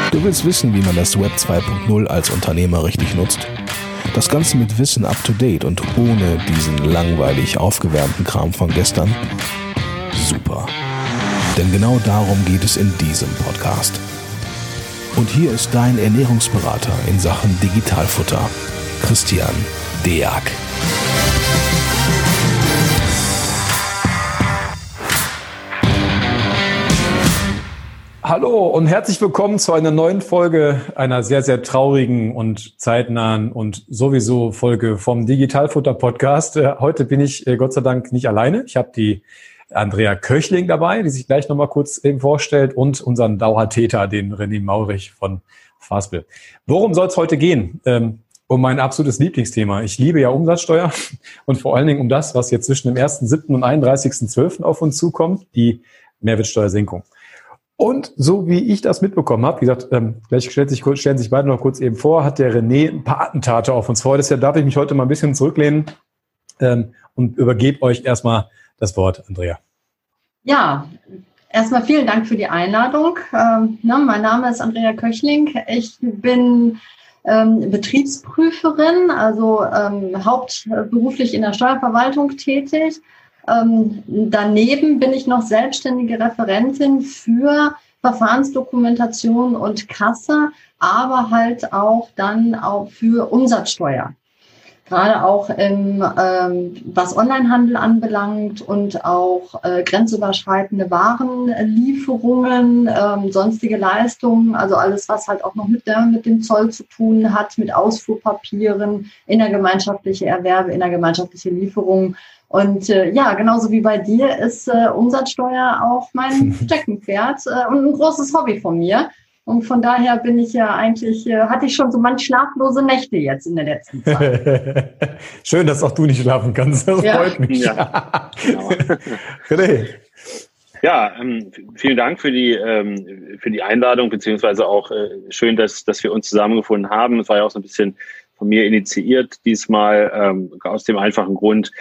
Du willst wissen, wie man das Web 2.0 als Unternehmer richtig nutzt? Das Ganze mit Wissen up to date und ohne diesen langweilig aufgewärmten Kram von gestern? Super. Denn genau darum geht es in diesem Podcast. Und hier ist dein Ernährungsberater in Sachen Digitalfutter, Christian Deak. Hallo und herzlich willkommen zu einer neuen Folge einer sehr, sehr traurigen und zeitnahen und sowieso Folge vom Digitalfutter-Podcast. Heute bin ich Gott sei Dank nicht alleine. Ich habe die Andrea Köchling dabei, die sich gleich nochmal kurz eben vorstellt, und unseren Dauertäter, den René Maurich von Fastbill. Worum soll es heute gehen? Um mein absolutes Lieblingsthema. Ich liebe ja Umsatzsteuer und vor allen Dingen um das, was jetzt zwischen dem 1.7. und 31.12. auf uns zukommt, die Mehrwertsteuersenkung. Und so wie ich das mitbekommen habe, wie gesagt, gleich stellen sich beide noch kurz eben vor, hat der René ein paar Attentate auf uns vor. Deshalb darf ich mich heute mal ein bisschen zurücklehnen und übergebe euch erstmal das Wort, Andrea. Ja, erstmal vielen Dank für die Einladung. Mein Name ist Andrea Köchling. Ich bin Betriebsprüferin, also hauptberuflich in der Steuerverwaltung tätig. Daneben bin ich noch selbstständige Referentin für Verfahrensdokumentation und Kasse, aber halt auch dann auch für Umsatzsteuer. Gerade auch was Onlinehandel anbelangt und auch grenzüberschreitende Warenlieferungen, sonstige Leistungen, also alles, was halt auch noch mit dem Zoll zu tun hat, mit Ausfuhrpapieren, innergemeinschaftliche Erwerbe, innergemeinschaftliche Lieferungen. Und genauso wie bei dir ist Umsatzsteuer auch mein Steckenpferd und ein großes Hobby von mir. Und von daher bin ich ja eigentlich, hatte ich schon so manch schlaflose Nächte jetzt in der letzten Zeit. Schön, dass auch du nicht schlafen kannst. Das freut mich. Ja, genau. René. Ja, vielen Dank für die Einladung, beziehungsweise auch schön, dass wir uns zusammengefunden haben. Es war ja auch so ein bisschen von mir initiiert diesmal, aus dem einfachen Grund,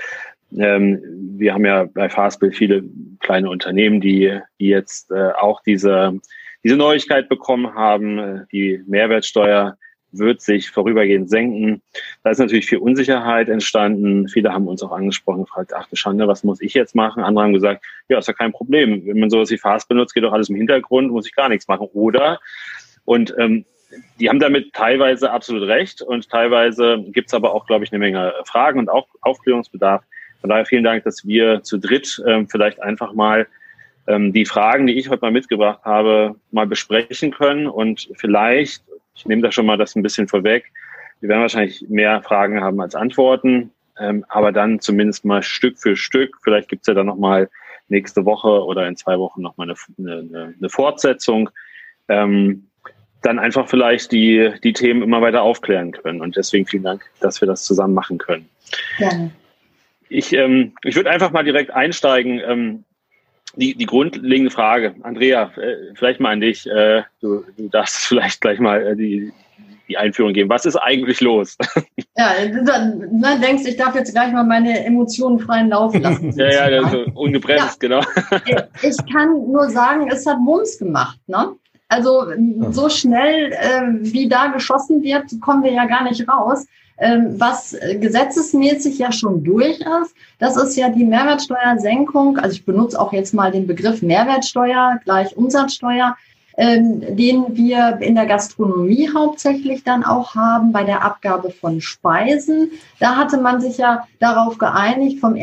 wir haben ja bei Fastbill viele kleine Unternehmen, die jetzt auch diese Neuigkeit bekommen haben. Die Mehrwertsteuer wird sich vorübergehend senken. Da ist natürlich viel Unsicherheit entstanden. Viele haben uns auch angesprochen, gefragt, ach du Schande, was muss ich jetzt machen? Andere haben gesagt, ja, ist ja kein Problem. Wenn man sowas wie Fastbill benutzt, geht doch alles im Hintergrund, muss ich gar nichts machen. Und die haben damit teilweise absolut recht und teilweise gibt es aber auch, glaube ich, eine Menge Fragen und auch Aufklärungsbedarf. Von daher vielen Dank, dass wir zu dritt vielleicht einfach mal die Fragen, die ich heute mal mitgebracht habe, mal besprechen können. Und vielleicht, ich nehme da schon mal das ein bisschen vorweg, wir werden wahrscheinlich mehr Fragen haben als Antworten, aber dann zumindest mal Stück für Stück. Vielleicht gibt es ja dann nochmal nächste Woche oder in 2 Wochen nochmal eine Fortsetzung. Dann einfach vielleicht die Themen immer weiter aufklären können. Und deswegen vielen Dank, dass wir das zusammen machen können. Gerne. Ich würde einfach mal direkt einsteigen. Die grundlegende Frage, Andrea, vielleicht mal an dich. Du darfst vielleicht gleich mal die Einführung geben. Was ist eigentlich los? Ja, du denkst, ich darf jetzt gleich mal meine Emotionen freien Lauf lassen. ja, so ungebremst, ja. Genau. Ich kann nur sagen, es hat Mums gemacht, ne? Also so schnell, wie da geschossen wird, kommen wir ja gar nicht raus. Was gesetzesmäßig ja schon durch ist, das ist ja die Mehrwertsteuersenkung. Also ich benutze auch jetzt mal den Begriff Mehrwertsteuer gleich Umsatzsteuer, den wir in der Gastronomie hauptsächlich dann auch haben bei der Abgabe von Speisen. Da hatte man sich ja darauf geeinigt, vom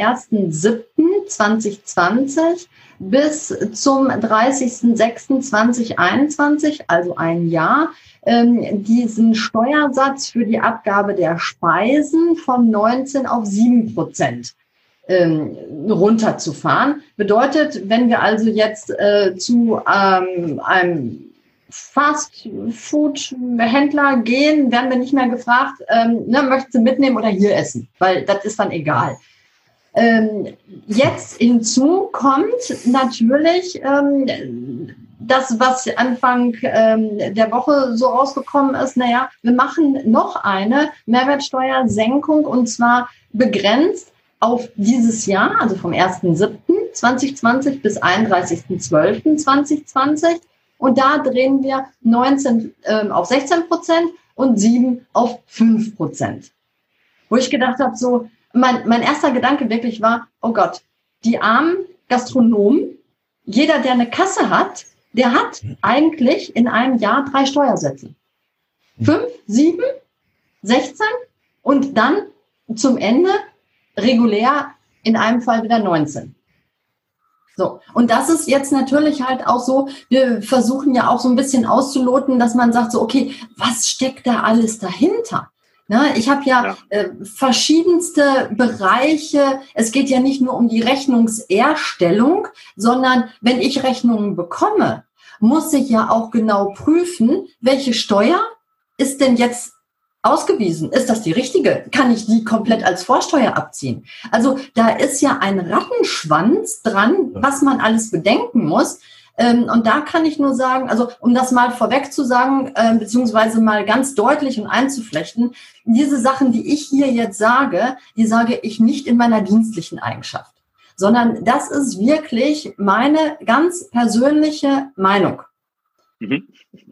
1.7.2020 bis zum 30.06.2021, also ein Jahr, diesen Steuersatz für die Abgabe der Speisen von 19 auf 7% runterzufahren. Bedeutet, wenn wir also jetzt zu einem Fast-Food-Händler gehen, werden wir nicht mehr gefragt, möchtest du mitnehmen oder hier essen? Weil das ist dann egal. Jetzt hinzu kommt natürlich das, was Anfang der Woche so rausgekommen ist, wir machen noch eine Mehrwertsteuersenkung und zwar begrenzt auf dieses Jahr, also vom 1.7.2020 bis 31.12.2020. Und da drehen wir 19 auf 16% und 7 auf 5%. Wo ich gedacht habe, so, mein erster Gedanke wirklich war, oh Gott, die armen Gastronomen, jeder, der eine Kasse hat, der hat eigentlich in einem Jahr 3 Steuersätze. 5, 7, 16 und dann zum Ende regulär in einem Fall wieder 19. So. Und das ist jetzt natürlich halt auch so, wir versuchen ja auch so ein bisschen auszuloten, dass man sagt so, okay, was steckt da alles dahinter? Ne, ich habe ja verschiedenste Bereiche. Es geht ja nicht nur um die Rechnungserstellung, sondern wenn ich Rechnungen bekomme, muss ich ja auch genau prüfen, welche Steuer ist denn jetzt ausgewiesen. Ist das die richtige? Kann ich die komplett als Vorsteuer abziehen? Also da ist ja ein Rattenschwanz dran, was man alles bedenken muss. Und da kann ich nur sagen, also um das mal vorweg zu sagen, beziehungsweise mal ganz deutlich und einzuflechten, diese Sachen, die ich hier jetzt sage, die sage ich nicht in meiner dienstlichen Eigenschaft, sondern das ist wirklich meine ganz persönliche Meinung. Mhm.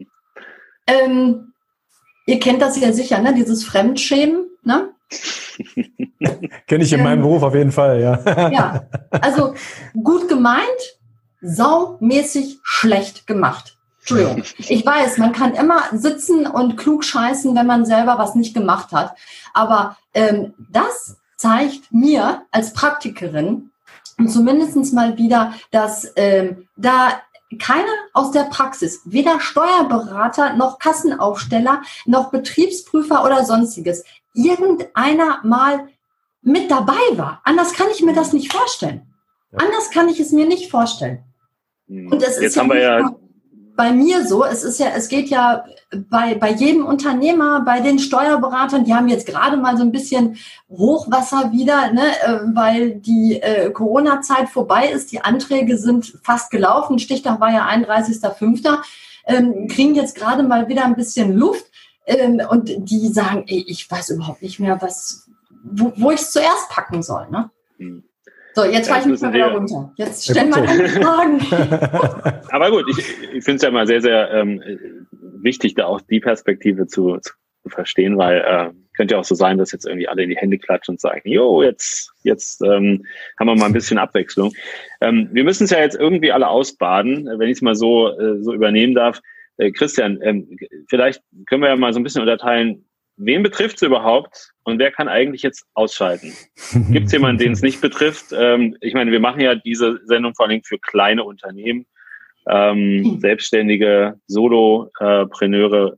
Ihr kennt das ja sicher, ne? Dieses Fremdschämen, ne? Kenne ich in meinem Beruf auf jeden Fall, ja. Ja, also gut gemeint, saumäßig schlecht gemacht. Entschuldigung. Ich weiß, man kann immer sitzen und klug scheißen, wenn man selber was nicht gemacht hat. Aber das zeigt mir als Praktikerin zumindest mal wieder, dass da keiner aus der Praxis, weder Steuerberater noch Kassenaufsteller noch Betriebsprüfer oder sonstiges, irgendeiner mal mit dabei war. Anders kann ich mir das nicht vorstellen. Anders kann ich es mir nicht vorstellen. Und es ist ja bei mir so, es geht ja bei jedem Unternehmer, bei den Steuerberatern, die haben jetzt gerade mal so ein bisschen Hochwasser wieder, ne, weil die Corona-Zeit vorbei ist, die Anträge sind fast gelaufen, Stichtag war ja 31.05., kriegen jetzt gerade mal wieder ein bisschen Luft und die sagen, ey, ich weiß überhaupt nicht mehr, wo ich es zuerst packen soll, ne? So, jetzt fahre ich mich mal wieder runter. Jetzt stellen wir keine Fragen. Aber gut, ich finde es ja mal sehr, sehr wichtig, da auch die Perspektive zu verstehen, weil könnte ja auch so sein, dass jetzt irgendwie alle in die Hände klatschen und sagen, jo, jetzt haben wir mal ein bisschen Abwechslung. Wir müssen es ja jetzt irgendwie alle ausbaden, wenn ich es mal so übernehmen darf. Christian, vielleicht können wir ja mal so ein bisschen unterteilen, wen betrifft es überhaupt und wer kann eigentlich jetzt ausschalten? Gibt es jemanden, den es nicht betrifft? Ich meine, wir machen ja diese Sendung vor allem für kleine Unternehmen, Selbstständige, Solopreneure.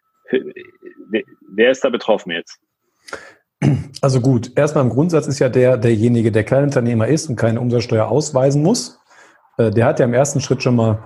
Wer ist da betroffen jetzt? Also gut, erstmal im Grundsatz ist ja derjenige, der Kleinunternehmer ist und keine Umsatzsteuer ausweisen muss, der hat ja im ersten Schritt schon mal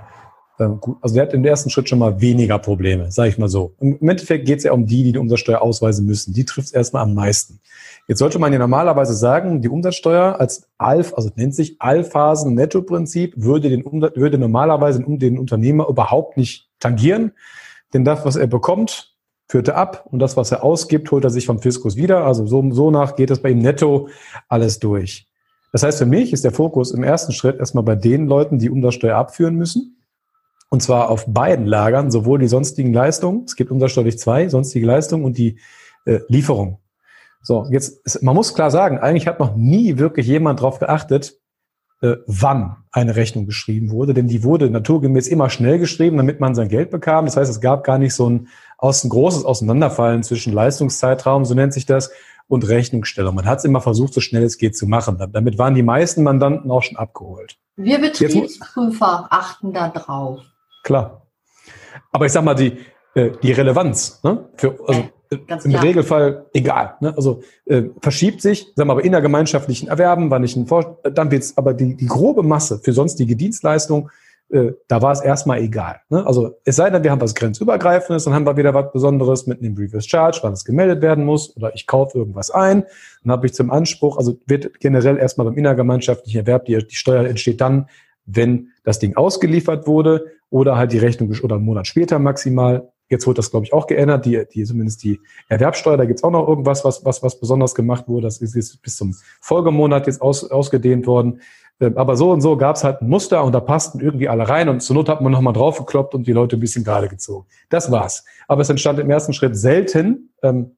weniger Probleme, sage ich mal so. Im Endeffekt geht es ja um die Umsatzsteuer ausweisen müssen. Die trifft es erstmal am meisten. Jetzt sollte man ja normalerweise sagen, die Umsatzsteuer als nennt sich Allphasen-Netto-Prinzip, würde normalerweise den Unternehmer überhaupt nicht tangieren. Denn das, was er bekommt, führt er ab und das, was er ausgibt, holt er sich vom Fiskus wieder. Also so nach geht es bei ihm netto alles durch. Das heißt, für mich ist der Fokus im ersten Schritt erstmal bei den Leuten, die Umsatzsteuer abführen müssen. Und zwar auf beiden Lagern, sowohl die sonstigen Leistungen, es gibt umsatzsteuerlich 2, sonstige Leistungen und die Lieferung. So, man muss klar sagen, eigentlich hat noch nie wirklich jemand darauf geachtet, wann eine Rechnung geschrieben wurde, denn die wurde naturgemäß immer schnell geschrieben, damit man sein Geld bekam. Das heißt, es gab gar nicht so ein großes Auseinanderfallen zwischen Leistungszeitraum, so nennt sich das, und Rechnungsstellung. Man hat es immer versucht, so schnell es geht zu machen. Damit waren die meisten Mandanten auch schon abgeholt. Wir Betriebsprüfer achten da drauf. Klar. Aber ich sag mal, die Relevanz, ne, im Regelfall egal. Ne? Also verschiebt sich, sagen wir mal, bei innergemeinschaftlichen Erwerben war nicht dann wird's, aber die grobe Masse für sonstige Dienstleistungen, da war es erstmal egal. Ne? Also es sei denn, wir haben was Grenzübergreifendes, dann haben wir wieder was Besonderes mit einem Reverse Charge, weil es gemeldet werden muss, oder ich kaufe irgendwas ein, dann habe ich zum Anspruch, also wird generell erstmal beim innergemeinschaftlichen Erwerb, die Steuer entsteht dann, wenn das Ding ausgeliefert wurde oder halt die Rechnung oder einen Monat später maximal. Jetzt wurde das, glaube ich, auch geändert, zumindest die Erwerbsteuer, da gibt's auch noch irgendwas, was besonders gemacht wurde. Das ist jetzt bis zum Folgemonat jetzt ausgedehnt worden. Aber so und so gab es halt ein Muster und da passten irgendwie alle rein und zur Not hat man nochmal draufgekloppt und die Leute ein bisschen gerade gezogen. Das war's. Aber es entstand im ersten Schritt selten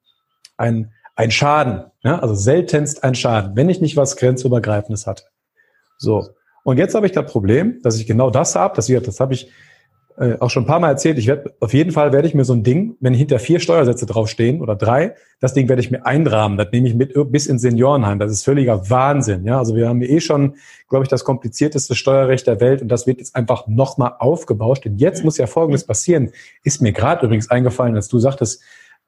ein Schaden. Ja? Also seltenst ein Schaden, wenn ich nicht was Grenzübergreifendes hatte. So. Und jetzt habe ich das Problem, dass ich genau das habe. Das habe ich auch schon ein paar Mal erzählt. Auf jeden Fall werde ich mir so ein Ding, wenn hinter 4 Steuersätze draufstehen oder 3, das Ding werde ich mir einrahmen. Das nehme ich mit bis ins Seniorenheim. Das ist völliger Wahnsinn. Ja, also wir haben schon, glaube ich, das komplizierteste Steuerrecht der Welt und das wird jetzt einfach nochmal aufgebauscht. Denn jetzt muss ja Folgendes passieren. Ist mir gerade übrigens eingefallen, als du sagtest,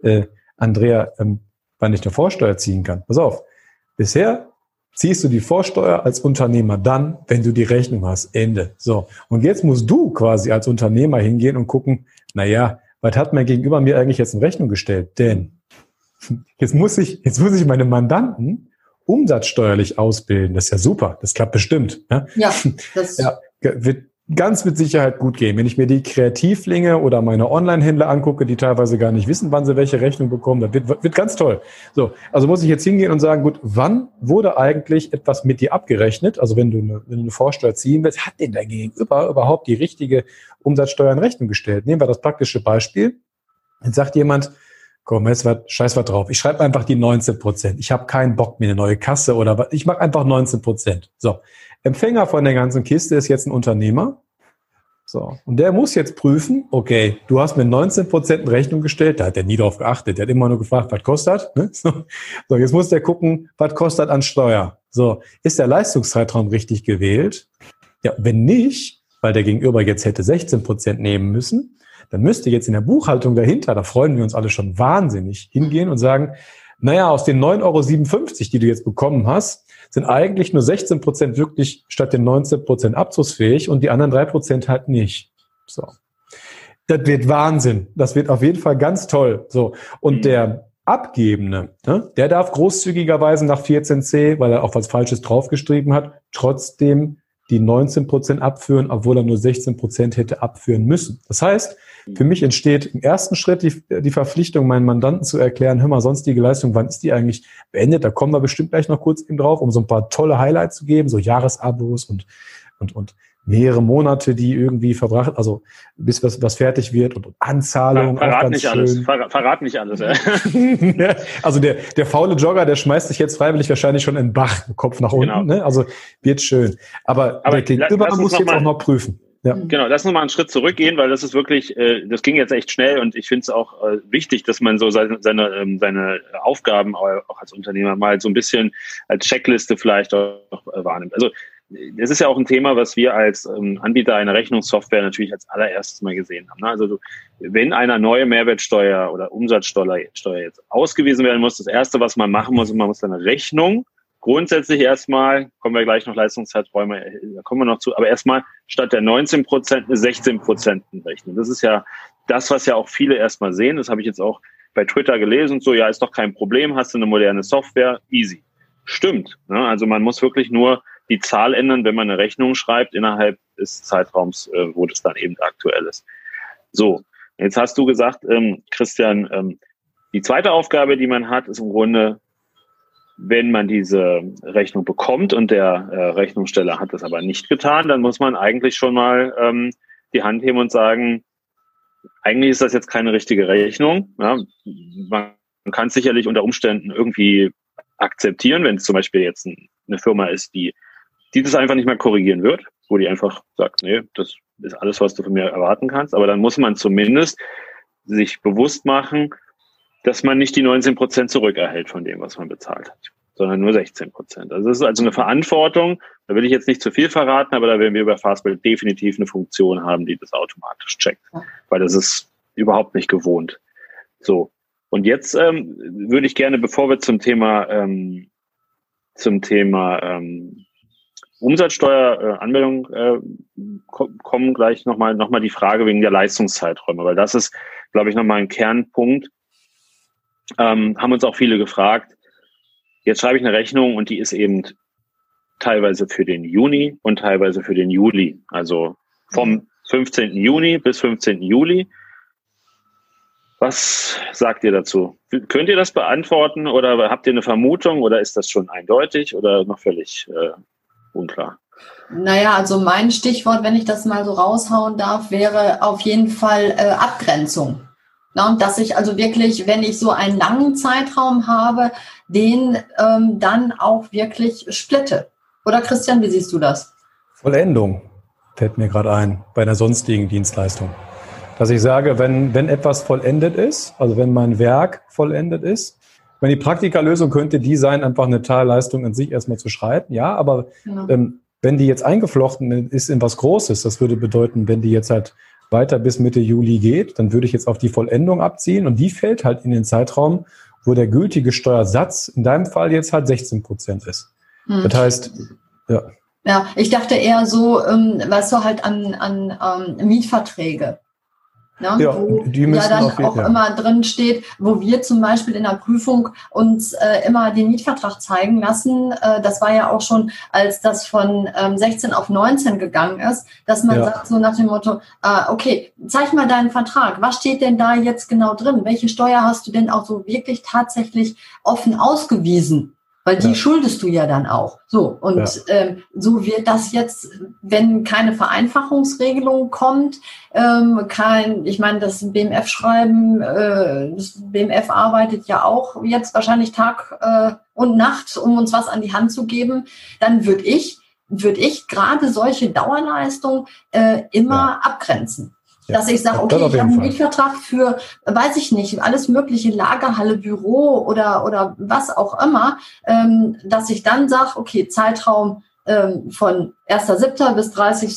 Andrea, wann ich eine Vorsteuer ziehen kann. Pass auf. Bisher ziehst du die Vorsteuer als Unternehmer dann, wenn du die Rechnung hast. Ende. So. Und jetzt musst du quasi als Unternehmer hingehen und gucken, was hat mein Gegenüber mir eigentlich jetzt in Rechnung gestellt? Denn jetzt muss ich meine Mandanten umsatzsteuerlich ausbilden. Das ist ja super. Das klappt bestimmt. Ja, das wird ganz mit Sicherheit gut gehen. Wenn ich mir die Kreativlinge oder meine Online-Händler angucke, die teilweise gar nicht wissen, wann sie welche Rechnung bekommen, das wird ganz toll. So, also muss ich jetzt hingehen und sagen, gut, wann wurde eigentlich etwas mit dir abgerechnet? Also wenn du eine Vorsteuer ziehen willst, hat denn dein Gegenüber überhaupt die richtige Umsatzsteuer in Rechnung gestellt? Nehmen wir das praktische Beispiel. Jetzt sagt jemand, komm, scheiß was drauf. Ich schreibe einfach die 19%. Ich habe keinen Bock, mir eine neue Kasse oder was. Ich mache einfach 19%. So. Empfänger von der ganzen Kiste ist jetzt ein Unternehmer. So. Und der muss jetzt prüfen, okay, du hast mir 19% in Rechnung gestellt, da hat der nie drauf geachtet, der hat immer nur gefragt, was kostet, ne? So, jetzt muss der gucken, was kostet an Steuer. So, ist der Leistungszeitraum richtig gewählt? Ja, wenn nicht, weil der Gegenüber jetzt hätte 16% nehmen müssen, dann müsste jetzt in der Buchhaltung dahinter, da freuen wir uns alle schon wahnsinnig, hingehen und sagen, aus den 9,57 €, die du jetzt bekommen hast, sind eigentlich nur 16% wirklich statt den 19% abzugsfähig und die anderen 3% halt nicht. So. Das wird Wahnsinn. Das wird auf jeden Fall ganz toll. So. Und der Abgebende, der darf großzügigerweise nach 14c, weil er auch was Falsches draufgeschrieben hat, trotzdem die 19% abführen, obwohl er nur 16% hätte abführen müssen. Das heißt, für mich entsteht im ersten Schritt die Verpflichtung, meinen Mandanten zu erklären, hör mal, sonstige Leistung, wann ist die eigentlich beendet? Da kommen wir bestimmt gleich noch kurz eben drauf, um so ein paar tolle Highlights zu geben, so Jahresabos und mehrere Monate, die irgendwie verbracht, also bis was fertig wird und Anzahlung. Verrat nicht alles. Verrat nicht alles. Ja. Also der faule Jogger, der schmeißt sich jetzt freiwillig wahrscheinlich schon in den Bach, Kopf nach unten. Genau. Ne? Also wird schön. Aber der Gegenüber muss jetzt auch noch prüfen. Ja. Genau, lass uns mal einen Schritt zurückgehen, weil das ist wirklich, das ging jetzt echt schnell und ich finde es auch wichtig, dass man so seine Aufgaben auch als Unternehmer mal so ein bisschen als Checkliste vielleicht auch wahrnimmt. Also das ist ja auch ein Thema, was wir als Anbieter einer Rechnungssoftware natürlich als allererstes mal gesehen haben. Ne? Also wenn eine neue Mehrwertsteuer oder Umsatzsteuer jetzt ausgewiesen werden muss, das Erste, was man machen muss, man muss eine Rechnung grundsätzlich erstmal, kommen wir gleich noch Leistungszeiträume, da kommen wir noch zu, aber erstmal statt der 19% eine 16% rechnen. Das ist ja das, was ja auch viele erstmal sehen. Das habe ich jetzt auch bei Twitter gelesen und so, ja, ist doch kein Problem, hast du eine moderne Software, easy. Stimmt. Ne? Also man muss wirklich nur die Zahl ändern, wenn man eine Rechnung schreibt, innerhalb des Zeitraums, wo das dann eben aktuell ist. So, jetzt hast du gesagt, Christian, die zweite Aufgabe, die man hat, ist im Grunde, wenn man diese Rechnung bekommt und der Rechnungssteller hat das aber nicht getan, dann muss man eigentlich schon mal die Hand heben und sagen, eigentlich ist das jetzt keine richtige Rechnung. Ja? Man kann es sicherlich unter Umständen irgendwie akzeptieren, wenn es zum Beispiel jetzt eine Firma ist, die das einfach nicht mehr korrigieren wird, wo die einfach sagt, nee, das ist alles, was du von mir erwarten kannst. Aber dann muss man zumindest sich bewusst machen, dass man nicht die 19% zurückerhält von dem, was man bezahlt hat, sondern nur 16%. Also das ist also eine Verantwortung. Da will ich jetzt nicht zu viel verraten, aber da werden wir bei Fastbill definitiv eine Funktion haben, die das automatisch checkt, weil das ist überhaupt nicht gewohnt. So. Und jetzt würde ich gerne, bevor wir zum Thema Umsatzsteueranmeldung kommen, gleich nochmal die Frage wegen der Leistungszeiträume, weil das ist, glaube ich, nochmal ein Kernpunkt. Haben uns auch viele gefragt, jetzt schreibe ich eine Rechnung und die ist eben teilweise für den Juni und teilweise für den Juli, also vom 15. Juni bis 15. Juli. Was sagt ihr dazu? Könnt ihr das beantworten oder habt ihr eine Vermutung oder ist das schon eindeutig oder noch völlig unklar? Naja, also mein Stichwort, wenn ich das mal so raushauen darf, wäre auf jeden Fall Abgrenzung. Na, und dass ich also wirklich, wenn ich so einen langen Zeitraum habe, den dann auch wirklich splitte. Oder Christian, wie siehst du das? Vollendung fällt mir gerade ein bei einer sonstigen Dienstleistung. Dass ich sage, wenn etwas vollendet ist, also wenn mein Werk vollendet ist, wenn die Praktikerlösung könnte die sein, einfach eine Teilleistung an sich erstmal zu schreiben, ja, aber Genau. Wenn die jetzt eingeflochten ist in was Großes, das würde bedeuten, wenn die jetzt halt weiter bis Mitte Juli geht, dann würde ich jetzt auf die Vollendung abziehen und die fällt halt in den Zeitraum, wo der gültige Steuersatz in deinem Fall jetzt halt 16% ist. Das heißt, ja. Ja, ich dachte eher so, weißt du, halt an Mietverträge. Ne, Ja, wo die müssen dann auf jeden auch Fall. immer drin steht, wo wir zum Beispiel in der Prüfung uns immer den Mietvertrag zeigen lassen. Das war ja auch schon, als das von 16 auf 19 gegangen ist, dass man sagt so nach dem Motto, okay, zeig mal deinen Vertrag. Was steht denn da jetzt genau drin? Welche Steuer hast du denn auch so wirklich tatsächlich offen ausgewiesen? Weil die schuldest du ja dann auch. So, und so wird das jetzt, wenn keine Vereinfachungsregelung kommt, ich meine, das BMF-Schreiben, das BMF arbeitet ja auch jetzt wahrscheinlich Tag und Nacht, um uns was an die Hand zu geben, dann würde ich gerade solche Dauerleistungen immer abgrenzen. Dass ich sage, okay, ich habe einen Mietvertrag für, weiß ich nicht, alles mögliche, Lagerhalle, Büro oder was auch immer, dass ich dann sage, okay, Zeitraum von 1.7. bis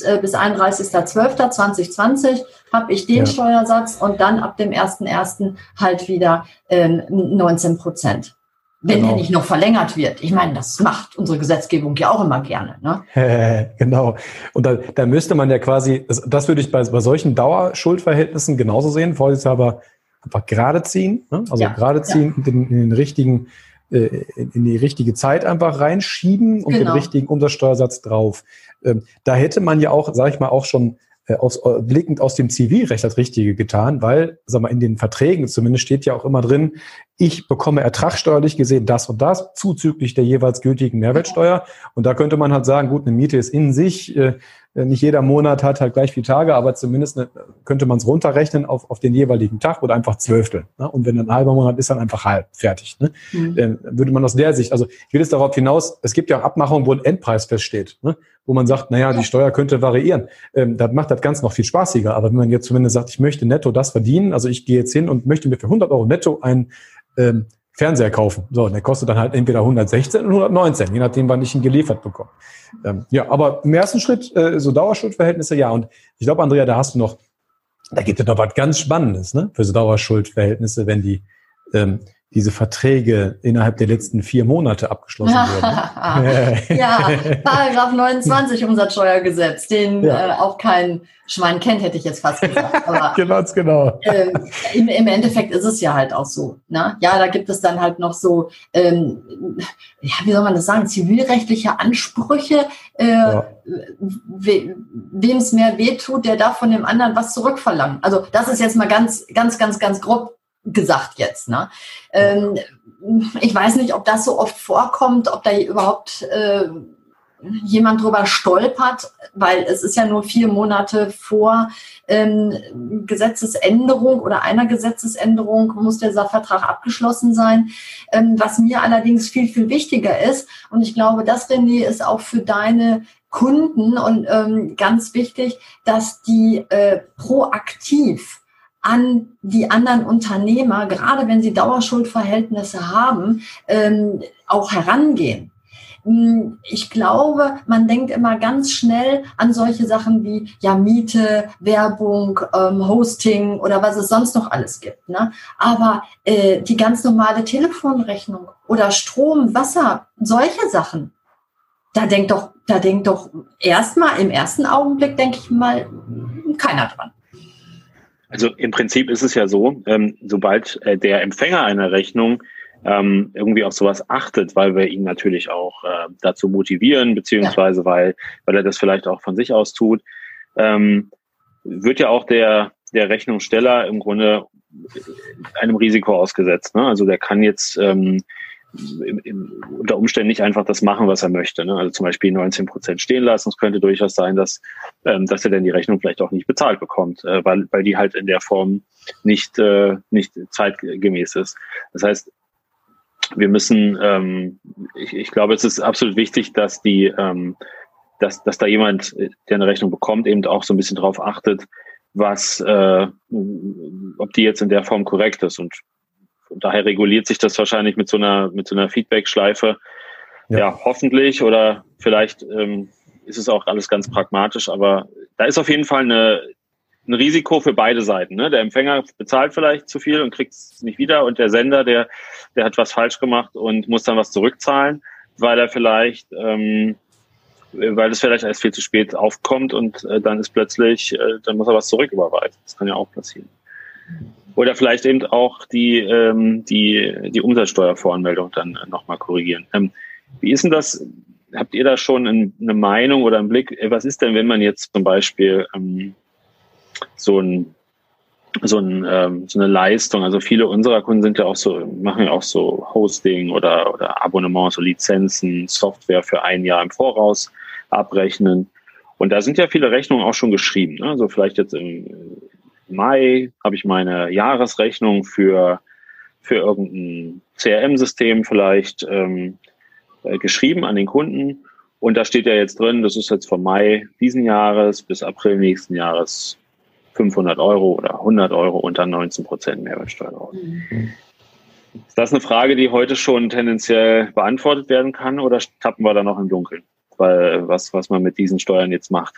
31.12.2020 habe ich den Steuersatz und dann ab dem 1.1. halt wieder 19%. Wenn der nicht noch verlängert wird. Ich meine, das macht unsere Gesetzgebung ja auch immer gerne. Ne? Genau. Und da müsste man ja quasi, das würde ich bei solchen Dauerschuldverhältnissen genauso sehen, vorsichtshalber einfach gerade ziehen. Ne? Also gerade ziehen, in die richtige Zeit einfach reinschieben und den richtigen Umsatzsteuersatz drauf. Da hätte man ja auch, sage ich mal, auch schon blickend aus dem Zivilrecht das Richtige getan, weil, sag mal, in den Verträgen zumindest steht ja auch immer drin, ich bekomme ertragssteuerlich gesehen das und das, zuzüglich der jeweils gültigen Mehrwertsteuer. Und da könnte man halt sagen, gut, eine Miete ist in sich, nicht jeder Monat hat halt gleich 4 Tage, aber zumindest könnte man es runterrechnen auf den jeweiligen Tag oder einfach 12. Ne? Und wenn ein halber Monat ist, dann einfach halb fertig. Ne? Würde man aus der Sicht, also ich will jetzt darauf hinaus, es gibt ja auch Abmachungen, wo ein Endpreis feststeht, ne? Wo man sagt, naja, die Steuer könnte variieren. Das macht das Ganze noch viel spaßiger. Aber wenn man jetzt zumindest sagt, ich möchte netto das verdienen, also ich gehe jetzt hin und möchte mir für 100 Euro netto einen Fernseher kaufen. So, und der kostet dann halt entweder 116 oder 119, je nachdem, wann ich ihn geliefert bekomme. Aber im ersten Schritt so Dauerschuldverhältnisse, ja. Und ich glaube, Andrea, da gibt es noch was ganz Spannendes, ne, für so Dauerschuldverhältnisse, wenn die diese Verträge innerhalb der letzten 4 Monate abgeschlossen wurden. Ja, Paragraph 29 Umsatzsteuergesetz, den auch kein Schwein kennt, hätte ich jetzt fast gesagt. Aber genau. Im Endeffekt ist es ja halt auch so. Ne? Ja, da gibt es dann halt noch so, wie soll man das sagen, zivilrechtliche Ansprüche, wem es mehr wehtut, der darf von dem anderen was zurückverlangen. Also das ist jetzt mal ganz grob gesagt jetzt. Ne? Ich weiß nicht, ob das so oft vorkommt, ob da überhaupt jemand drüber stolpert, weil es ist ja nur 4 Monate vor Gesetzesänderung oder einer Gesetzesänderung muss dieser Vertrag abgeschlossen sein. Was mir allerdings viel, viel wichtiger ist, und ich glaube, das, René, ist auch für deine Kunden und ganz wichtig, dass die proaktiv an die anderen Unternehmer, gerade wenn sie Dauerschuldverhältnisse haben, auch herangehen. Ich glaube, man denkt immer ganz schnell an solche Sachen wie Miete, Werbung, Hosting oder was es sonst noch alles gibt. Ne? Aber die ganz normale Telefonrechnung oder Strom, Wasser, solche Sachen, da denkt doch erstmal im ersten Augenblick, denke ich mal, keiner dran. Also im Prinzip ist es ja so, sobald der Empfänger einer Rechnung irgendwie auf sowas achtet, weil wir ihn natürlich auch dazu motivieren, beziehungsweise weil er das vielleicht auch von sich aus tut, wird ja auch der Rechnungssteller im Grunde einem Risiko ausgesetzt. Ne? Also der kann jetzt unter Umständen nicht einfach das machen, was er möchte. Ne? Also zum Beispiel 19% stehen lassen. Es könnte durchaus sein, dass er dann die Rechnung vielleicht auch nicht bezahlt bekommt, weil die halt in der Form nicht zeitgemäß ist. Das heißt, wir müssen, ich glaube, es ist absolut wichtig, dass dass da jemand, der eine Rechnung bekommt, eben auch so ein bisschen drauf achtet, ob die jetzt in der Form korrekt ist. Und daher reguliert sich das wahrscheinlich mit so einer Feedback-Schleife. Ja, hoffentlich, oder vielleicht ist es auch alles ganz pragmatisch, aber da ist auf jeden Fall ein Risiko für beide Seiten. Ne? Der Empfänger bezahlt vielleicht zu viel und kriegt es nicht wieder, und der Sender, der hat was falsch gemacht und muss dann was zurückzahlen, weil es vielleicht erst viel zu spät aufkommt, und dann ist plötzlich, dann muss er was zurücküberweisen. Das kann ja auch passieren. Oder vielleicht eben auch die Umsatzsteuervoranmeldung dann nochmal korrigieren. Wie ist denn das? Habt ihr da schon eine Meinung oder einen Blick? Was ist denn, wenn man jetzt zum Beispiel so eine Leistung, also viele unserer Kunden machen ja auch so Hosting oder Abonnements, so Lizenzen, Software für ein Jahr im Voraus abrechnen. Und da sind ja viele Rechnungen auch schon geschrieben. Ne? Also vielleicht jetzt im Mai habe ich meine Jahresrechnung für irgendein CRM-System vielleicht geschrieben an den Kunden. Und da steht ja jetzt drin, das ist jetzt von Mai diesen Jahres bis April nächsten Jahres 500 Euro oder 100 Euro und dann 19% Mehrwertsteuer drauf. Ist das eine Frage, die heute schon tendenziell beantwortet werden kann, oder tappen wir da noch im Dunkeln? Weil was man mit diesen Steuern jetzt macht.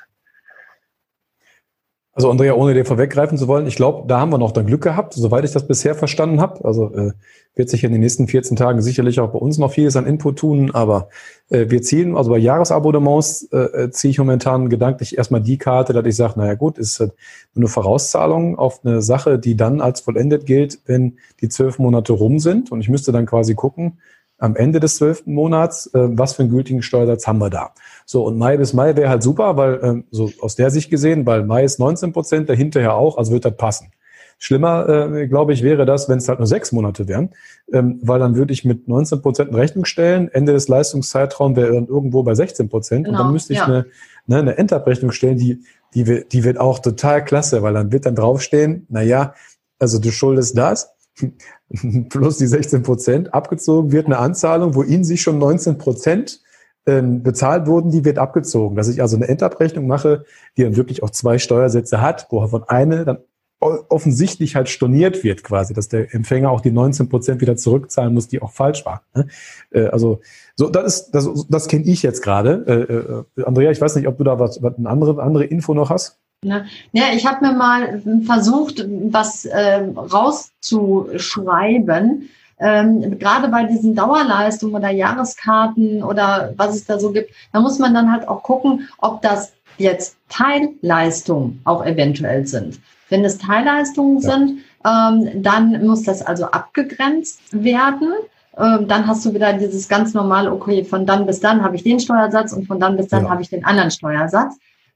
Also Andrea, ohne dir vorweggreifen zu wollen, ich glaube, da haben wir noch dann Glück gehabt, soweit ich das bisher verstanden habe. Also wird sich in den nächsten 14 Tagen sicherlich auch bei uns noch vieles an Input tun, aber wir zielen, also bei Jahresabonnements ziehe ich momentan gedanklich erstmal die Karte, dass ich sage, naja gut, ist halt eine Vorauszahlung auf eine Sache, die dann als vollendet gilt, wenn die 12 Monate rum sind, und ich müsste dann quasi gucken, am Ende des 12. Monats, was für einen gültigen Steuersatz haben wir da. So, und Mai bis Mai wäre halt super, weil so aus der Sicht gesehen, weil Mai ist 19%, dahinterher auch, also wird das passen. Schlimmer, glaube ich, wäre das, wenn es halt nur 6 Monate wären, weil dann würde ich mit 19% in Rechnung stellen, Ende des Leistungszeitraums wäre dann irgendwo bei 16%, genau, und dann müsste ich eine Endabrechnung stellen, die wird auch total klasse, weil dann wird dann draufstehen, naja, also du schuldest das, plus die 16%, abgezogen wird eine Anzahlung, wo Ihnen sich schon 19% bezahlt wurden, die wird abgezogen. Dass ich also eine Endabrechnung mache, die dann wirklich auch 2 Steuersätze hat, wovon eine dann offensichtlich halt storniert wird quasi, dass der Empfänger auch die 19% wieder zurückzahlen muss, die auch falsch war. Also so, das kenne ich jetzt gerade. Andrea, ich weiß nicht, ob du da eine andere Info noch hast? Ja, ich habe mir mal versucht, was rauszuschreiben. Gerade bei diesen Dauerleistungen oder Jahreskarten oder was es da so gibt, da muss man dann halt auch gucken, ob das jetzt Teilleistungen auch eventuell sind. Wenn es Teilleistungen sind, dann muss das also abgegrenzt werden. Dann hast du wieder dieses ganz normale, okay, von dann bis dann habe ich den Steuersatz und von dann bis dann habe ich den anderen Steuersatz.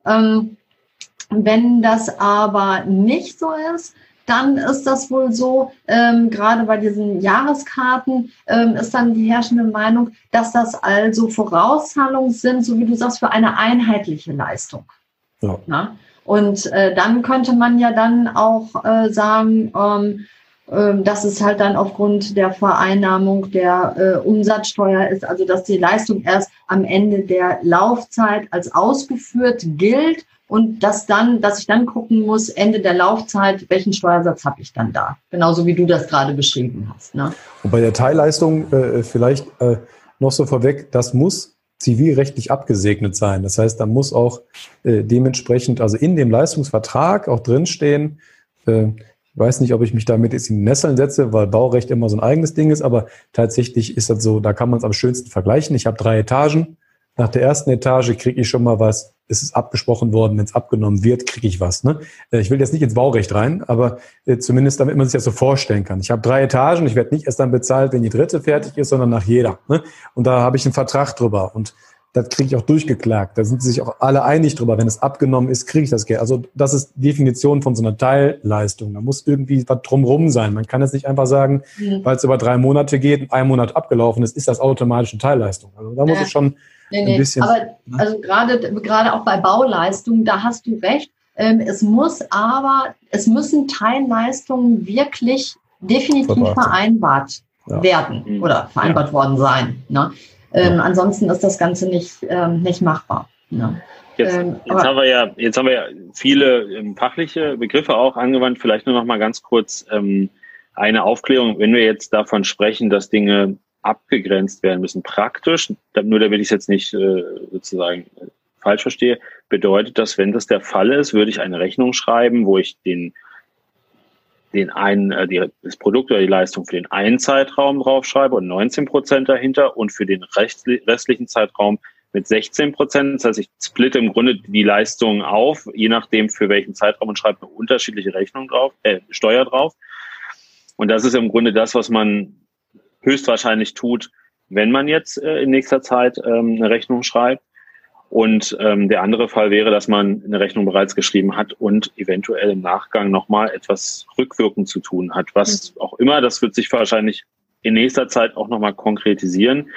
Wenn das aber nicht so ist, dann ist das wohl so, gerade bei diesen Jahreskarten ist dann die herrschende Meinung, dass das also Vorauszahlungen sind, so wie du sagst, für eine einheitliche Leistung. Ja. Na? Und dann könnte man ja dann auch sagen, dass es halt dann aufgrund der Vereinnahmung der Umsatzsteuer ist, also dass die Leistung erst am Ende der Laufzeit als ausgeführt gilt. Und dass ich dann gucken muss, Ende der Laufzeit, welchen Steuersatz habe ich dann da? Genauso wie du das gerade beschrieben hast. Ne? Und bei der Teilleistung vielleicht noch so vorweg, das muss zivilrechtlich abgesegnet sein. Das heißt, da muss auch dementsprechend, also in dem Leistungsvertrag auch drinstehen, ich weiß nicht, ob ich mich damit jetzt in die Nesseln setze, weil Baurecht immer so ein eigenes Ding ist, aber tatsächlich ist das so, da kann man es am schönsten vergleichen. Ich habe 3 Etagen. Nach der ersten Etage kriege ich schon mal was, es ist abgesprochen worden, wenn es abgenommen wird, kriege ich was. Ne? Ich will jetzt nicht ins Baurecht rein, aber zumindest damit man sich das so vorstellen kann. Ich habe 3 Etagen, ich werde nicht erst dann bezahlt, wenn die 3. fertig ist, sondern nach jeder. Ne? Und da habe ich einen Vertrag drüber. Und das kriege ich auch durchgeklagt. Da sind sich auch alle einig drüber. Wenn es abgenommen ist, kriege ich das Geld. Also das ist die Definition von so einer Teilleistung. Da muss irgendwie was drumrum sein. Man kann jetzt nicht einfach sagen, weil es über 3 Monate geht und 1 Monat abgelaufen ist das automatisch eine Teilleistung. Also da muss es schon ein bisschen... Aber also gerade auch bei Bauleistungen, da hast du recht. Es müssen Teilleistungen wirklich definitiv vereinbart werden oder vereinbart worden sein. Ne? Ansonsten ist das Ganze nicht machbar. Ne? Jetzt haben wir ja viele fachliche Begriffe auch angewandt. Vielleicht nur noch mal ganz kurz eine Aufklärung. Wenn wir jetzt davon sprechen, dass Dinge abgegrenzt werden müssen, praktisch, nur damit ich es jetzt nicht sozusagen falsch verstehe, bedeutet das, wenn das der Fall ist, würde ich eine Rechnung schreiben, wo ich das Produkt oder die Leistung für den einen Zeitraum draufschreibe und 19% dahinter und für den restlichen Zeitraum mit 16%. Das heißt, ich splitte im Grunde die Leistung auf, je nachdem für welchen Zeitraum, und schreibe eine unterschiedliche Rechnung drauf, Steuer drauf. Und das ist im Grunde das, was man höchstwahrscheinlich tut, wenn man jetzt in nächster Zeit eine Rechnung schreibt. Und der andere Fall wäre, dass man eine Rechnung bereits geschrieben hat und eventuell im Nachgang nochmal etwas rückwirkend zu tun hat. Was auch immer, das wird sich wahrscheinlich in nächster Zeit auch nochmal konkretisieren.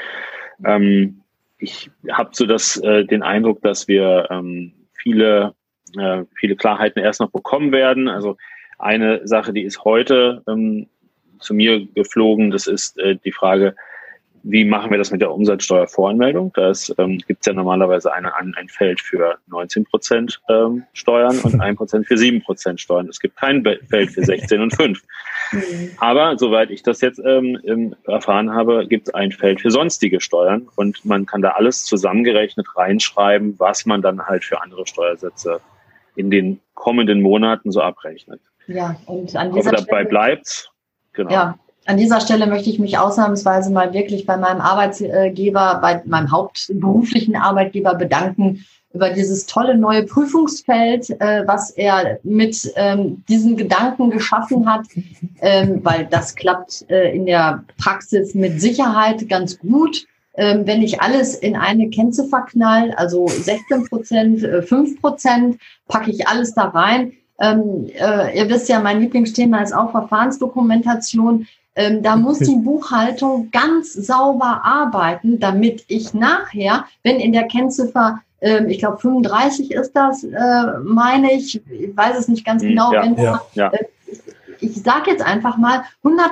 Ich habe so den Eindruck, dass wir viele Klarheiten erst noch bekommen werden. Also eine Sache, die ist heute zu mir geflogen, das ist die Frage, wie machen wir das mit der Umsatzsteuervoranmeldung? Da gibt es ja normalerweise ein Feld für 19% Steuern und 1% für 7% Steuern. Es gibt kein Feld für 16 und 5. Aber soweit ich das jetzt erfahren habe, gibt es ein Feld für sonstige Steuern und man kann da alles zusammengerechnet reinschreiben, was man dann halt für andere Steuersätze in den kommenden Monaten so abrechnet. Ja, und an dieser Stelle dabei bleibt. Genau. Ja. An dieser Stelle möchte ich mich ausnahmsweise mal wirklich bei meinem Arbeitgeber, bei meinem hauptberuflichen Arbeitgeber bedanken über dieses tolle neue Prüfungsfeld, was er mit diesen Gedanken geschaffen hat, weil das klappt in der Praxis mit Sicherheit ganz gut. Wenn ich alles in eine Kennziffer knall, also 16%, 5%, packe ich alles da rein. Ihr wisst ja, mein Lieblingsthema ist auch Verfahrensdokumentation. Da muss die Buchhaltung ganz sauber arbeiten, damit ich nachher, wenn in der Kennziffer, ich glaube 35 ist das, meine ich weiß es nicht ganz genau, ich sage jetzt einfach mal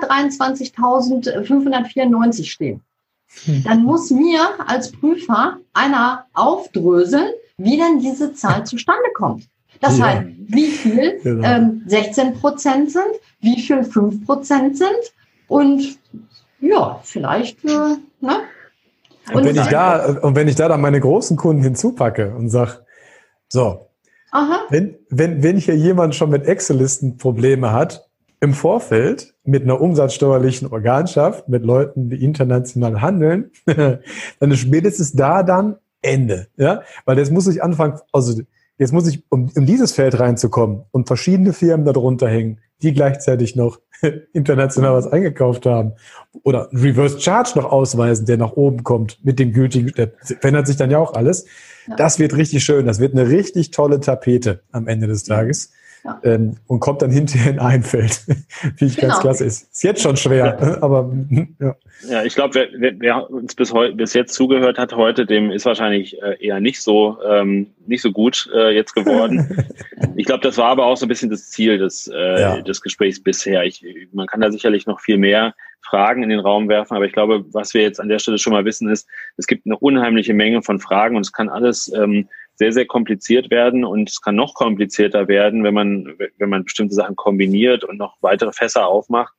123.594 stehen. Dann muss mir als Prüfer einer aufdröseln, wie denn diese Zahl zustande kommt. Das heißt, wie viel 16% sind, wie viel 5% sind. Und ja, vielleicht, ne? Und wenn ich da dann meine großen Kunden hinzupacke und sage, so, wenn hier jemand schon mit Excel-Listen Probleme hat, im Vorfeld mit einer umsatzsteuerlichen Organschaft, mit Leuten, die international handeln, dann ist spätestens da dann Ende. Ja? Weil jetzt muss ich anfangen, jetzt muss ich, um dieses Feld reinzukommen und verschiedene Firmen darunter hängen, die gleichzeitig noch international was eingekauft haben oder Reverse Charge noch ausweisen, der nach oben kommt mit dem gültigen, der verändert sich dann ja auch alles. Ja. Das wird richtig schön. Das wird eine richtig tolle Tapete am Ende des Tages. Ja. Und kommt dann hinterher in ein Feld. Wie ich ganz klasse ist. Jetzt schon schwer, aber ja. Ja, ich glaube, wer uns bis jetzt zugehört hat heute, dem ist wahrscheinlich eher nicht so gut jetzt geworden. Ich glaube, das war aber auch so ein bisschen das Ziel des Gesprächs bisher. Man kann da sicherlich noch viel mehr Fragen in den Raum werfen, aber ich glaube, was wir jetzt an der Stelle schon mal wissen ist, es gibt eine unheimliche Menge von Fragen und es kann alles sehr, sehr kompliziert werden und es kann noch komplizierter werden, wenn man bestimmte Sachen kombiniert und noch weitere Fässer aufmacht.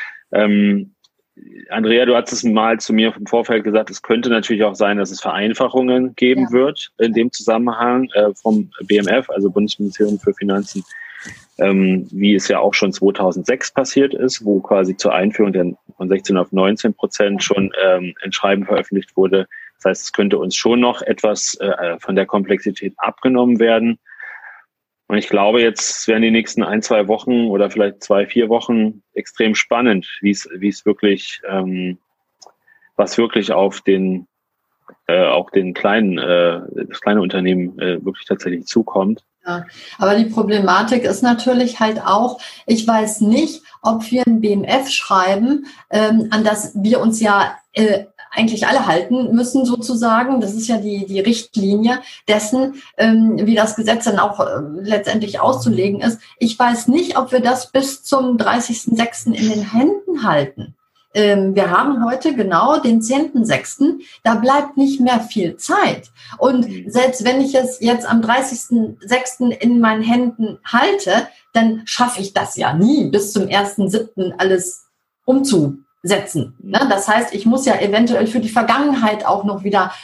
Andrea, du hattest es mal zu mir im Vorfeld gesagt, es könnte natürlich auch sein, dass es Vereinfachungen geben wird in dem Zusammenhang vom BMF, also Bundesministerium für Finanzen, wie es ja auch schon 2006 passiert ist, wo quasi zur Einführung von 16 auf 19% schon ein Schreiben veröffentlicht wurde. Das heißt, es könnte uns schon noch etwas von der Komplexität abgenommen werden. Und ich glaube, jetzt werden die nächsten 1-2 Wochen oder vielleicht 2-4 Wochen extrem spannend, wie es wirklich, was wirklich auf den auch den das kleine Unternehmen wirklich tatsächlich zukommt. Ja, aber die Problematik ist natürlich halt auch, ich weiß nicht, ob wir ein BMF schreiben, an das wir uns ja eigentlich alle halten müssen sozusagen. Das ist ja die Richtlinie dessen, wie das Gesetz dann auch letztendlich auszulegen ist. Ich weiß nicht, ob wir das bis zum 30.06. in den Händen halten. Wir haben heute genau den 10.06. Da bleibt nicht mehr viel Zeit. Und selbst wenn ich es jetzt am 30.06. in meinen Händen halte, dann schaffe ich das ja nie, bis zum 1.07. alles umzusetzen. Das heißt, ich muss ja eventuell für die Vergangenheit auch noch wieder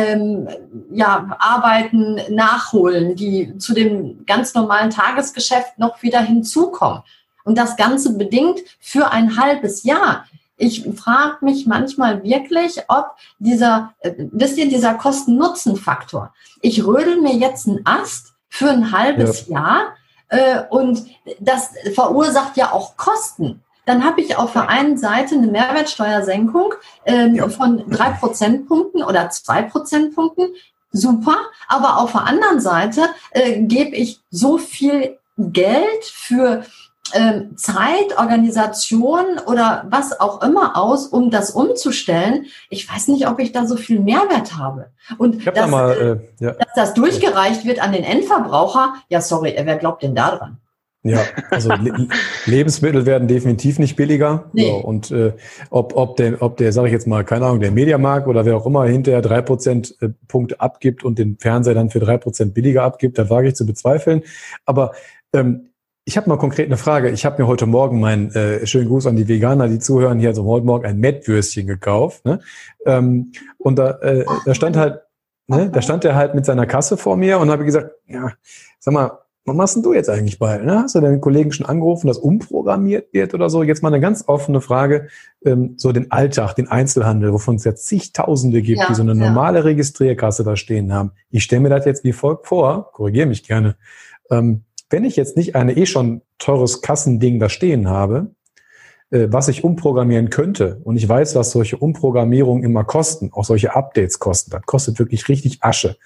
Arbeiten nachholen, die zu dem ganz normalen Tagesgeschäft noch wieder hinzukommen. Und das Ganze bedingt für ein halbes Jahr. Ich frage mich manchmal wirklich, ob dieser Kosten-Nutzen-Faktor, ich rödel mir jetzt einen Ast für ein halbes Jahr und das verursacht ja auch Kosten. Dann habe ich auf der einen Seite eine Mehrwertsteuersenkung von 3 Prozentpunkten oder 2 Prozentpunkten, super, aber auf der anderen Seite gebe ich so viel Geld für Zeit, Organisation oder was auch immer aus, um das umzustellen. Ich weiß nicht, ob ich da so viel Mehrwert habe. Und dass das durchgereicht wird an den Endverbraucher, ja sorry, wer glaubt denn da dran? Ja, also Lebensmittel werden definitiv nicht billiger. Nee. So, und ob der, sage ich jetzt mal, keine Ahnung, der Mediamarkt oder wer auch immer hinterher 3 Prozentpunkte abgibt und den Fernseher dann für 3% billiger abgibt, da wage ich zu bezweifeln. Aber ich habe mal konkret eine Frage. Ich habe mir heute Morgen schönen Gruß an die Veganer, die zuhören, hier also heute Morgen ein Mettwürstchen gekauft. Ne? Und da stand halt, ne, da stand er halt mit seiner Kasse vor mir und habe gesagt, ja, sag mal, was machst denn du jetzt eigentlich bald? Ne? Hast du deinen Kollegen schon angerufen, dass umprogrammiert wird oder so? Jetzt mal eine ganz offene Frage, so den Alltag, den Einzelhandel, wovon es jetzt zigtausende gibt, die so eine normale Registrierkasse da stehen haben. Ich stelle mir das jetzt wie folgt vor, korrigiere mich gerne, wenn ich jetzt nicht eine schon teures Kassending da stehen habe, was ich umprogrammieren könnte, und ich weiß, was solche Umprogrammierungen immer kosten, auch solche Updates kosten, das kostet wirklich richtig Asche,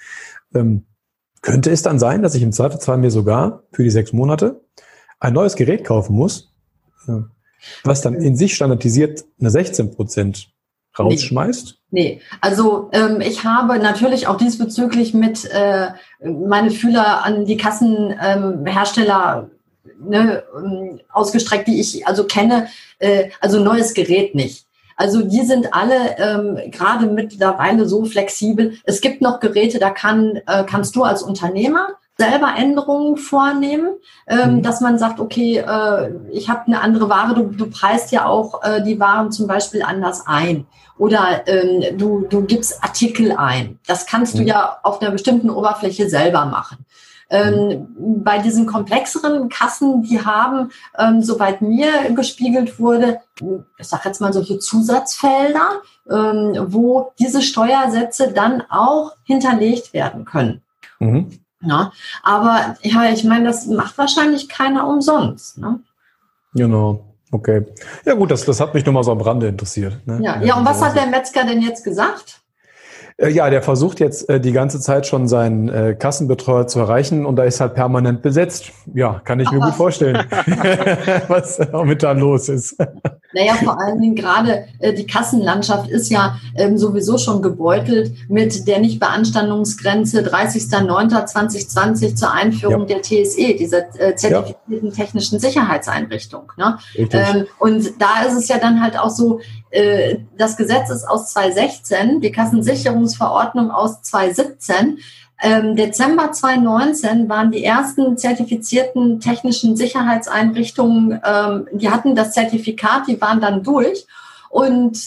könnte es dann sein, dass ich im Zweifelsfall mir sogar für die 6 Monate ein neues Gerät kaufen muss, was dann in sich standardisiert eine 16% rausschmeißt? Nee, also ich habe natürlich auch diesbezüglich mit meine Fühler an die Kassenhersteller ausgestreckt, die ich also kenne, also neues Gerät nicht. Also die sind alle gerade mittlerweile so flexibel. Es gibt noch Geräte, da kannst du als Unternehmer selber Änderungen vornehmen, dass man sagt, okay, ich habe eine andere Ware, du preist ja auch die Waren zum Beispiel anders ein. Oder du gibst Artikel ein. Das kannst du ja auf einer bestimmten Oberfläche selber machen. Bei diesen komplexeren Kassen, die haben, soweit mir gespiegelt wurde, ich sage jetzt mal solche Zusatzfelder, wo diese Steuersätze dann auch hinterlegt werden können. Ja, aber ja, ich meine, das macht wahrscheinlich keiner umsonst. Ne? Genau. Okay. Ja gut, das hat mich nur mal so am Rande interessiert. Ne? Ja, und was hat der Metzger denn jetzt gesagt? Ja, der versucht jetzt die ganze Zeit schon seinen Kassenbetreuer zu erreichen und da ist halt permanent besetzt. Ja, kann ich mir gut vorstellen, was momentan los ist. Naja, vor allen Dingen gerade die Kassenlandschaft ist ja sowieso schon gebeutelt mit der Nichtbeanstandungsgrenze 30.09.2020 zur Einführung der TSE, dieser zertifizierten technischen Sicherheitseinrichtung. Ne? Und da ist es ja dann halt auch so, das Gesetz ist aus 2016, die Kassensicherungsverordnung aus 2017. Dezember 2019 waren die ersten zertifizierten technischen Sicherheitseinrichtungen, die hatten das Zertifikat, die waren dann durch. Und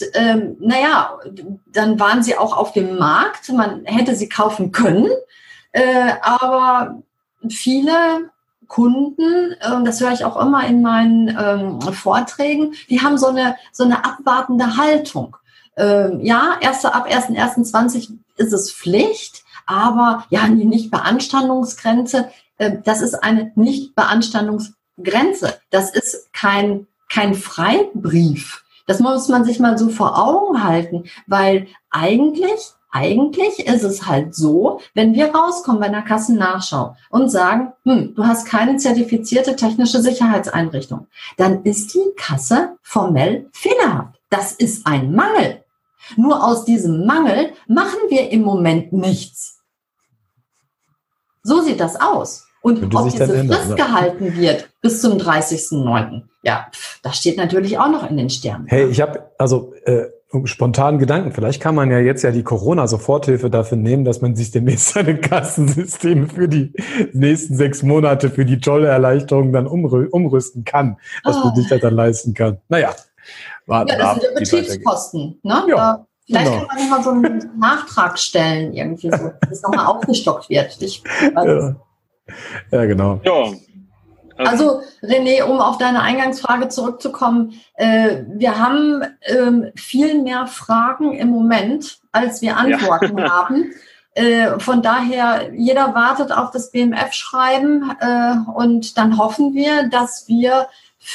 dann waren sie auch auf dem Markt, man hätte sie kaufen können, aber viele Kunden, das höre ich auch immer in meinen Vorträgen, die haben so eine abwartende Haltung. Ab 1.1.20 ist es Pflicht, aber ja, die Nichtbeanstandungsgrenze, das ist eine Nichtbeanstandungsgrenze. Das ist kein Freibrief. Das muss man sich mal so vor Augen halten, weil eigentlich eigentlich ist es halt so, wenn wir rauskommen bei einer Kassennachschau und sagen, du hast keine zertifizierte technische Sicherheitseinrichtung, dann ist die Kasse formell fehlerhaft. Das ist ein Mangel. Nur aus diesem Mangel machen wir im Moment nichts. So sieht das aus. Und ob diese Frist gehalten wird bis zum 30.09., ja, das steht natürlich auch noch in den Sternen. Hey, ich habe spontanen Gedanken. Vielleicht kann man ja jetzt die Corona-Soforthilfe dafür nehmen, dass man sich demnächst seine Kassensysteme für die nächsten 6 Monate für die tolle Erleichterung dann umrüsten kann, dass man sich das dann leisten kann. Naja. Das sind ja Betriebskosten. Ne? Ja, vielleicht kann man immer so einen Nachtrag stellen, irgendwie so, dass es nochmal aufgestockt wird. Ja, genau. Ja. Also René, um auf deine Eingangsfrage zurückzukommen, wir haben viel mehr Fragen im Moment, als wir Antworten haben. Von daher, jeder wartet auf das BMF-Schreiben und dann hoffen wir, dass wir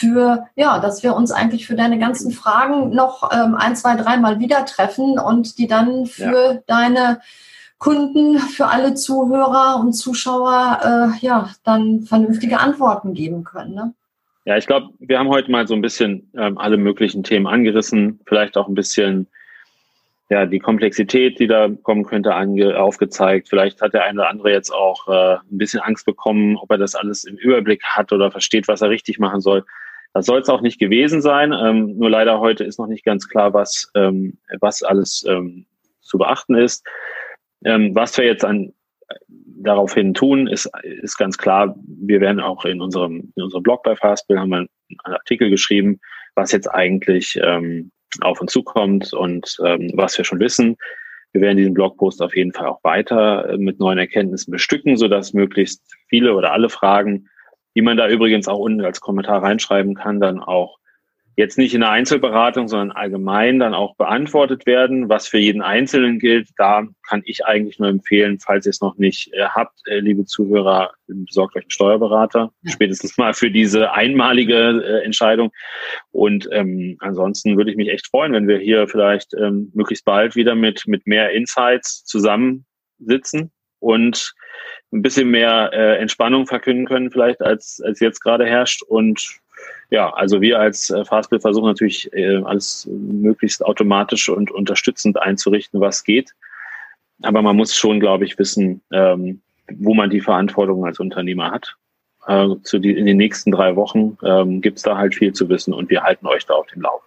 uns eigentlich für deine ganzen Fragen noch 1, 2, 3 Mal wieder treffen und die dann für deine Kunden, für alle Zuhörer und Zuschauer dann vernünftige Antworten geben können. Ne? Ja, ich glaube, wir haben heute mal so ein bisschen alle möglichen Themen angerissen, vielleicht auch ein bisschen die Komplexität, die da kommen könnte, aufgezeigt. Vielleicht hat der eine oder andere jetzt auch ein bisschen Angst bekommen, ob er das alles im Überblick hat oder versteht, was er richtig machen soll. Das soll es auch nicht gewesen sein. Nur leider heute ist noch nicht ganz klar, was alles zu beachten ist. Was wir jetzt daraufhin tun, ist ganz klar, wir werden auch in unserem Blog bei Fastbill haben wir einen Artikel geschrieben, was jetzt eigentlich auf uns zukommt und was wir schon wissen. Wir werden diesen Blogpost auf jeden Fall auch weiter mit neuen Erkenntnissen bestücken, sodass möglichst viele oder alle Fragen, die man da übrigens auch unten als Kommentar reinschreiben kann, dann auch jetzt nicht in der Einzelberatung, sondern allgemein dann auch beantwortet werden. Was für jeden Einzelnen gilt, da kann ich eigentlich nur empfehlen, falls ihr es noch nicht habt, liebe Zuhörer, besorgt euch einen Steuerberater, spätestens mal für diese einmalige Entscheidung. Und ansonsten würde ich mich echt freuen, wenn wir hier vielleicht möglichst bald wieder mit mehr Insights zusammensitzen und ein bisschen mehr Entspannung verkünden können vielleicht, als jetzt gerade herrscht. Und ja, also wir als Fastbill versuchen natürlich alles möglichst automatisch und unterstützend einzurichten, was geht. Aber man muss schon, glaube ich, wissen, wo man die Verantwortung als Unternehmer hat. In den nächsten 3 Wochen gibt's da halt viel zu wissen und wir halten euch da auf dem Lauf.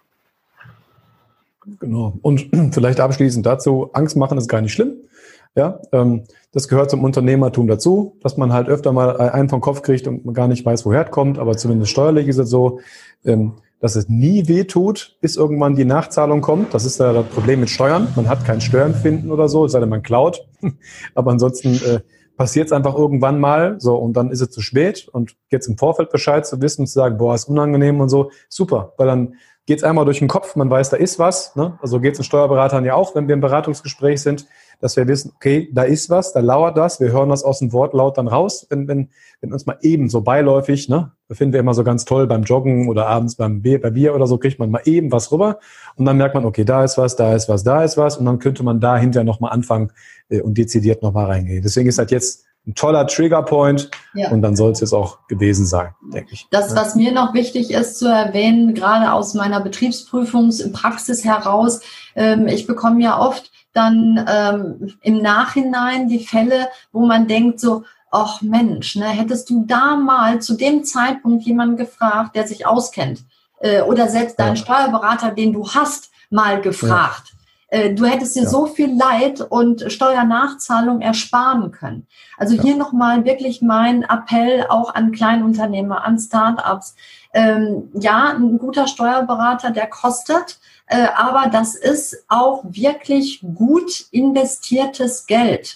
Genau. Und vielleicht abschließend dazu, Angst machen ist gar nicht schlimm. Ja, das gehört zum Unternehmertum dazu, dass man halt öfter mal einen vom Kopf kriegt und man gar nicht weiß, woher es kommt. Aber zumindest steuerlich ist es so, dass es nie wehtut, bis irgendwann die Nachzahlung kommt. Das ist ja das Problem mit Steuern. Man hat kein Steuernfinden oder so, es sei denn, man klaut. Aber ansonsten passiert es einfach irgendwann mal. So, und dann ist es zu spät. Und jetzt im Vorfeld Bescheid zu wissen und zu sagen, boah, ist unangenehm und so, super. Weil dann geht es einmal durch den Kopf, man weiß, da ist was. Ne? Also geht es den Steuerberatern ja auch, wenn wir im Beratungsgespräch sind, dass wir wissen, okay, da ist was, da lauert das, wir hören das aus dem Wortlaut dann raus, wenn uns mal eben so beiläufig, ne, das finden wir immer so ganz toll beim Joggen oder abends bei Bier oder so, kriegt man mal eben was rüber und dann merkt man, okay, da ist was, da ist was, da ist was und dann könnte man da hinterher nochmal anfangen und dezidiert nochmal reingehen. Deswegen ist das jetzt ein toller Triggerpoint und dann soll es jetzt auch gewesen sein, denke ich. Das, was mir noch wichtig ist zu erwähnen, gerade aus meiner Betriebsprüfungspraxis heraus, ich bekomme ja oft dann im Nachhinein die Fälle, wo man denkt so, ach Mensch, ne, hättest du da mal zu dem Zeitpunkt jemanden gefragt, der sich auskennt oder selbst deinen Steuerberater, den du hast, mal gefragt. Du hättest dir so viel Leid und Steuernachzahlung ersparen können. Also hier nochmal wirklich mein Appell auch an Kleinunternehmer, an Start-ups. Ein guter Steuerberater, der kostet, aber das ist auch wirklich gut investiertes Geld.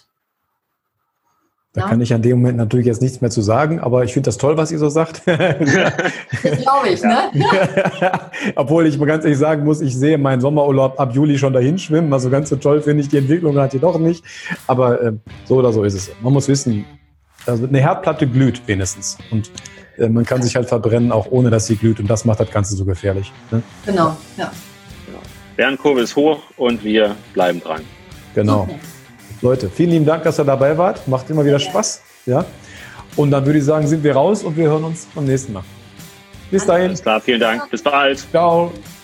Da kann ich an dem Moment natürlich jetzt nichts mehr zu sagen, aber ich finde das toll, was ihr so sagt. Das glaube ich, ne? Obwohl ich mal ganz ehrlich sagen muss, ich sehe meinen Sommerurlaub ab Juli schon dahin schwimmen. Also ganz so toll finde ich die Entwicklung hat die doch nicht. Aber so oder so ist es. Man muss wissen, also eine Herdplatte glüht wenigstens. Und man kann sich halt verbrennen, auch ohne dass sie glüht. Und das macht das Ganze so gefährlich. Ne? Genau, ja. Lernkurve ist hoch und wir bleiben dran. Genau. Super. Leute, vielen lieben Dank, dass ihr dabei wart. Macht immer wieder Spaß. Ja? Und dann würde ich sagen, sind wir raus und wir hören uns beim nächsten Mal. Bis dahin. Alles klar, vielen Dank. Bis bald. Ciao.